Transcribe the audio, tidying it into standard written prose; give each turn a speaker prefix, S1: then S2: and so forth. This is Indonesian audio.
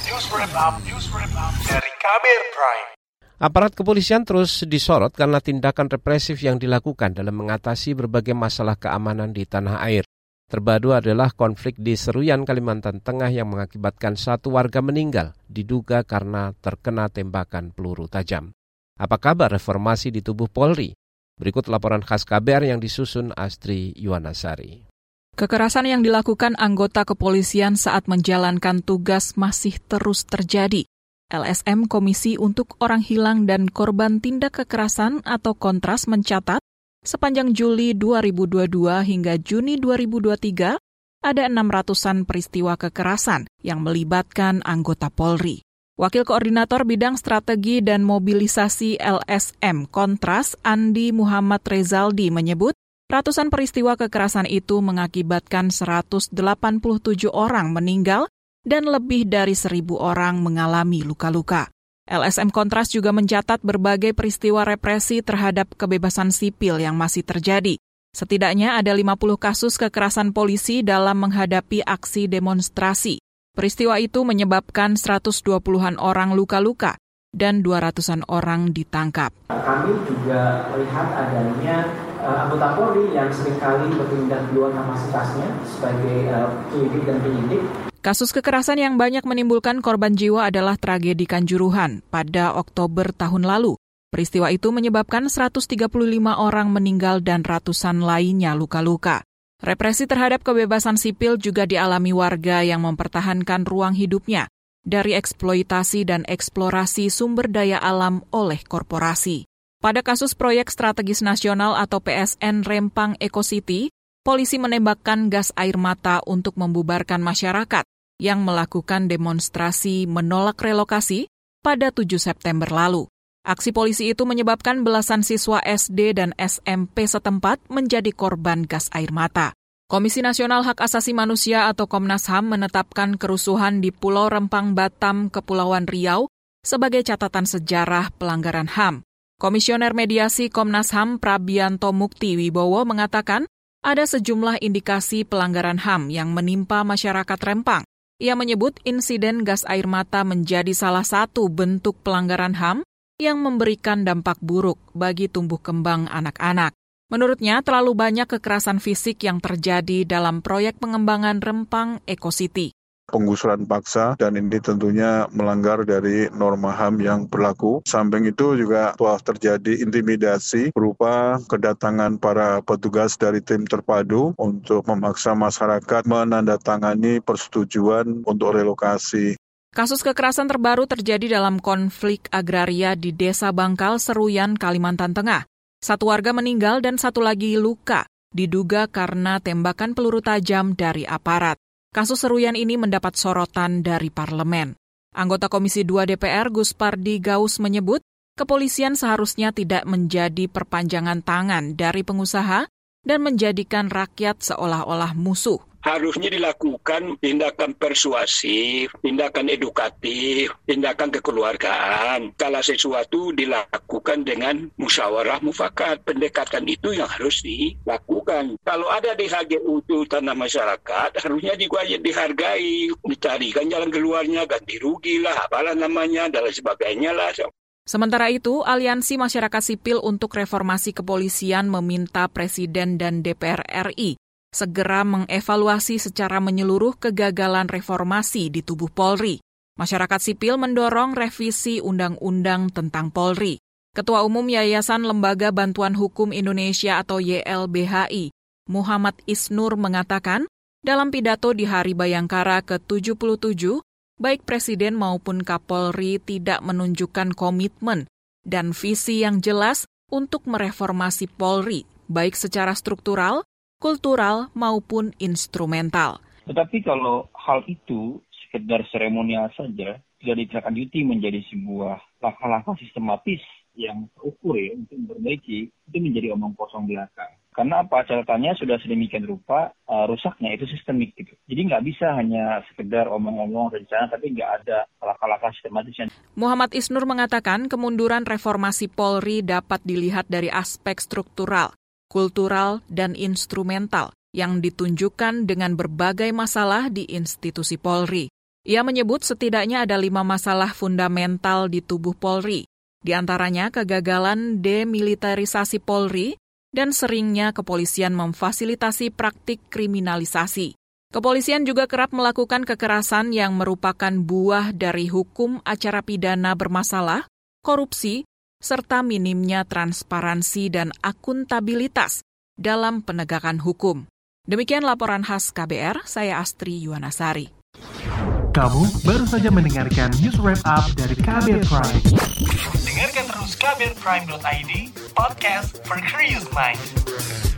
S1: News Wrap Up dari Kabar Prime.
S2: Aparat kepolisian terus disorot karena tindakan represif yang dilakukan dalam mengatasi berbagai masalah keamanan di tanah air. Terbaru adalah konflik di Seruyan, Kalimantan Tengah yang mengakibatkan satu warga meninggal, diduga karena terkena tembakan peluru tajam. Apa kabar reformasi di tubuh Polri? Berikut laporan khas KBR yang disusun Astri Yuwanasari.
S3: Kekerasan yang dilakukan anggota kepolisian saat menjalankan tugas masih terus terjadi. LSM Komisi untuk Orang Hilang dan Korban Tindak Kekerasan atau Kontras mencatat, sepanjang Juli 2022 hingga Juni 2023, ada 600-an peristiwa kekerasan yang melibatkan anggota Polri. Wakil Koordinator Bidang Strategi dan Mobilisasi LSM Kontras, Andi Muhammad Rezaldi menyebut, ratusan peristiwa kekerasan itu mengakibatkan 187 orang meninggal dan lebih dari 1.000 orang mengalami luka-luka. LSM Kontras juga mencatat berbagai peristiwa represi terhadap kebebasan sipil yang masih terjadi. Setidaknya ada 50 kasus kekerasan polisi dalam menghadapi aksi demonstrasi. Peristiwa itu menyebabkan 120-an orang luka-luka dan 200-an orang ditangkap.
S4: Kami juga melihat adanya anggota Polri yang seringkali bertindak di luar kapasitasnya sebagai penyidik dan penyidik.
S3: Kasus kekerasan yang banyak menimbulkan korban jiwa adalah tragedi Kanjuruhan pada Oktober tahun lalu. Peristiwa itu menyebabkan 135 orang meninggal dan ratusan lainnya luka-luka. Represi terhadap kebebasan sipil juga dialami warga yang mempertahankan ruang hidupnya dari eksploitasi dan eksplorasi sumber daya alam oleh korporasi. Pada kasus Proyek Strategis Nasional atau PSN Rempang Eco City, polisi menembakkan gas air mata untuk membubarkan masyarakat yang melakukan demonstrasi menolak relokasi pada 7 September lalu. Aksi polisi itu menyebabkan belasan siswa SD dan SMP setempat menjadi korban gas air mata. Komisi Nasional Hak Asasi Manusia atau Komnas HAM menetapkan kerusuhan di Pulau Rempang, Batam, Kepulauan Riau sebagai catatan sejarah pelanggaran HAM. Komisioner Mediasi Komnas HAM Prabianto Mukti Wibowo mengatakan ada sejumlah indikasi pelanggaran HAM yang menimpa masyarakat Rempang. Ia menyebut insiden gas air mata menjadi salah satu bentuk pelanggaran HAM yang memberikan dampak buruk bagi tumbuh kembang anak-anak. Menurutnya, terlalu banyak kekerasan fisik yang terjadi dalam proyek pengembangan Rempang Eco City.
S5: Penggusuran paksa dan ini tentunya melanggar dari norma HAM yang berlaku. Samping itu juga telah terjadi intimidasi berupa kedatangan para petugas dari tim terpadu untuk memaksa masyarakat menandatangani persetujuan untuk relokasi.
S3: Kasus kekerasan terbaru terjadi dalam konflik agraria di Desa Bangkal, Seruyan, Kalimantan Tengah. Satu warga meninggal dan satu lagi luka, diduga karena tembakan peluru tajam dari aparat. Kasus Seruyan ini mendapat sorotan dari parlemen. Anggota Komisi 2 DPR Gus Pardi Gaus menyebut, kepolisian seharusnya tidak menjadi perpanjangan tangan dari pengusaha dan menjadikan rakyat seolah-olah musuh.
S6: Harusnya dilakukan tindakan persuasif, tindakan edukatif, tindakan kekeluargaan. Kalau sesuatu dilakukan dengan musyawarah mufakat, pendekatan itu yang harus dilakukan. Kalau ada di HGU itu tanah masyarakat, harusnya juga dihargai, dicarikan jalan keluarnya, ganti rugi lah, apalah namanya, dan lain sebagainya lah.
S3: Sementara itu, Aliansi Masyarakat Sipil untuk Reformasi Kepolisian meminta Presiden dan DPR RI segera mengevaluasi secara menyeluruh kegagalan reformasi di tubuh Polri. Masyarakat sipil mendorong revisi Undang-Undang tentang Polri. Ketua Umum Yayasan Lembaga Bantuan Hukum Indonesia atau YLBHI, Muhammad Isnur mengatakan, dalam pidato di Hari Bayangkara ke-77, baik Presiden maupun Kapolri tidak menunjukkan komitmen dan visi yang jelas untuk mereformasi Polri, baik secara struktural, kultural maupun instrumental.
S7: Tetapi kalau hal itu sekedar seremonial saja, tidak ditindaklanjuti menjadi sebuah langkah-langkah sistematis yang terukur ya untuk memperbaiki, itu menjadi omong kosong belaka. Karena apa? Catatannya sudah sedemikian rupa rusaknya itu sistemik gitu. Jadi nggak bisa hanya sekedar omong-omong rencana tapi nggak ada langkah-langkah sistematisnya.
S3: Muhammad Isnur mengatakan kemunduran reformasi Polri dapat dilihat dari aspek struktural, kultural, dan instrumental yang ditunjukkan dengan berbagai masalah di institusi Polri. Ia menyebut setidaknya ada 5 masalah fundamental di tubuh Polri, di antaranya kegagalan demilitarisasi Polri dan seringnya kepolisian memfasilitasi praktik kriminalisasi. Kepolisian juga kerap melakukan kekerasan yang merupakan buah dari hukum acara pidana bermasalah, korupsi, serta minimnya transparansi dan akuntabilitas dalam penegakan hukum. Demikian laporan khas KBR, saya Astri Yuwanasari.
S8: Kamu baru saja mendengarkan news wrap up dari KBR Prime.
S1: Dengarkan terus kbrprime.id, podcast for curious mind.